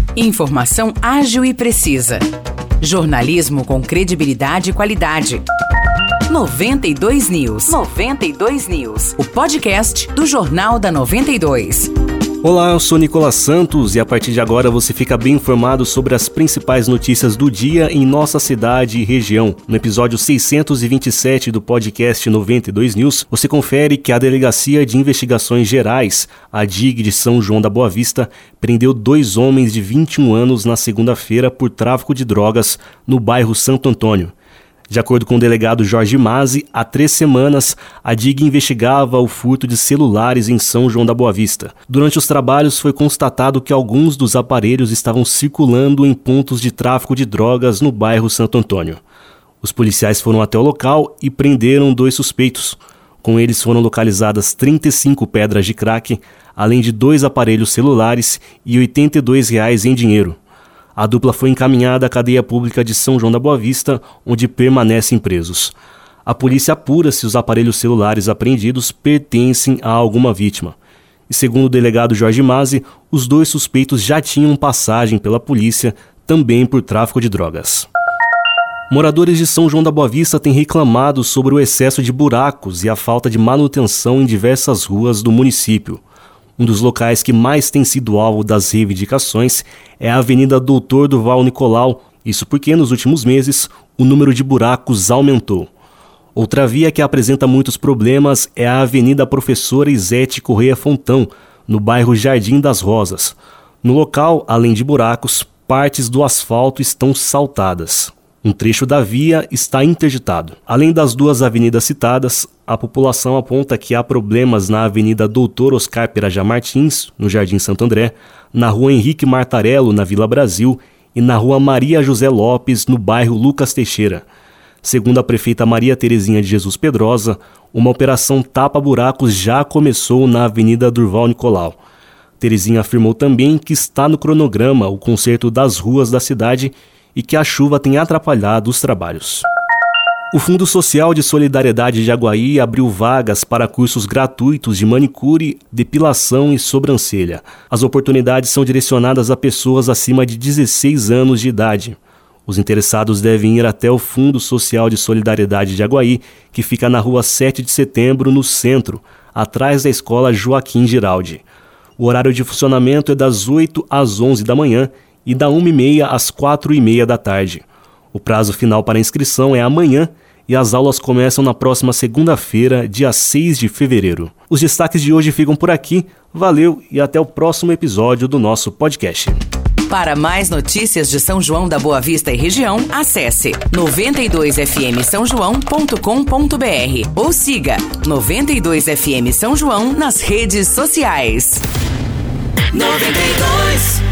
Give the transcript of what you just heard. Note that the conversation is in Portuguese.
Informação ágil e precisa. Jornalismo com credibilidade e qualidade. 92 News. 92 News. O podcast do Jornal da 92. Olá, eu sou Nicolas Santos e a partir de agora você fica bem informado sobre as principais notícias do dia em nossa cidade e região. No episódio 627 do podcast 92 News, você confere que a Delegacia de Investigações Gerais, a DIG de São João da Boa Vista, prendeu 2 homens de 21 anos na segunda-feira por tráfico de drogas no bairro Santo Antônio. De acordo com o delegado Jorge Mazzi, há 3 semanas, a DIG investigava o furto de celulares em São João da Boa Vista. Durante os trabalhos, foi constatado que alguns dos aparelhos estavam circulando em pontos de tráfico de drogas no bairro Santo Antônio. Os policiais foram até o local e prenderam 2 suspeitos. Com eles foram localizadas 35 pedras de crack, além de 2 aparelhos celulares e R$ 82 em dinheiro. A dupla foi encaminhada à cadeia pública de São João da Boa Vista, onde permanecem presos. A polícia apura se os aparelhos celulares apreendidos pertencem a alguma vítima. E segundo o delegado Jorge Mazzi, os 2 suspeitos já tinham passagem pela polícia, também por tráfico de drogas. Moradores de São João da Boa Vista têm reclamado sobre o excesso de buracos e a falta de manutenção em diversas ruas do município. Um dos locais que mais tem sido alvo das reivindicações é a Avenida Doutor Durval Nicolau, isso porque nos últimos meses o número de buracos aumentou. Outra via que apresenta muitos problemas é a Avenida Professora Izete Correia Fontão, no bairro Jardim das Rosas. No local, além de buracos, partes do asfalto estão saltadas. Um trecho da via está interditado. Além das 2 avenidas citadas, a população aponta que há problemas na Avenida Doutor Oscar Pirajá Martins, no Jardim Santo André, na Rua Henrique Martarello, na Vila Brasil, e na Rua Maria José Lopes, no bairro Lucas Teixeira. Segundo a prefeita Maria Terezinha de Jesus Pedrosa, uma operação tapa-buracos já começou na Avenida Durval Nicolau. Terezinha afirmou também que está no cronograma o conserto das ruas da cidade e que a chuva tem atrapalhado os trabalhos. O Fundo Social de Solidariedade de Jaguaí abriu vagas para cursos gratuitos de manicure, depilação e sobrancelha. As oportunidades são direcionadas a pessoas acima de 16 anos de idade. Os interessados devem ir até o Fundo Social de Solidariedade de Jaguaí, que fica na rua 7 de setembro, no centro, atrás da escola Joaquim Giraldi. O horário de funcionamento é das 8 às 11 da manhã e da 1h30 às 4h30 da tarde. O prazo final para inscrição é amanhã e as aulas começam na próxima segunda-feira, dia 6 de fevereiro. Os destaques de hoje ficam por aqui. Valeu e até o próximo episódio do nosso podcast. Para mais notícias de São João da Boa Vista e região, acesse 92fmsaojoão.com.br ou siga 92FM São João nas redes sociais. 92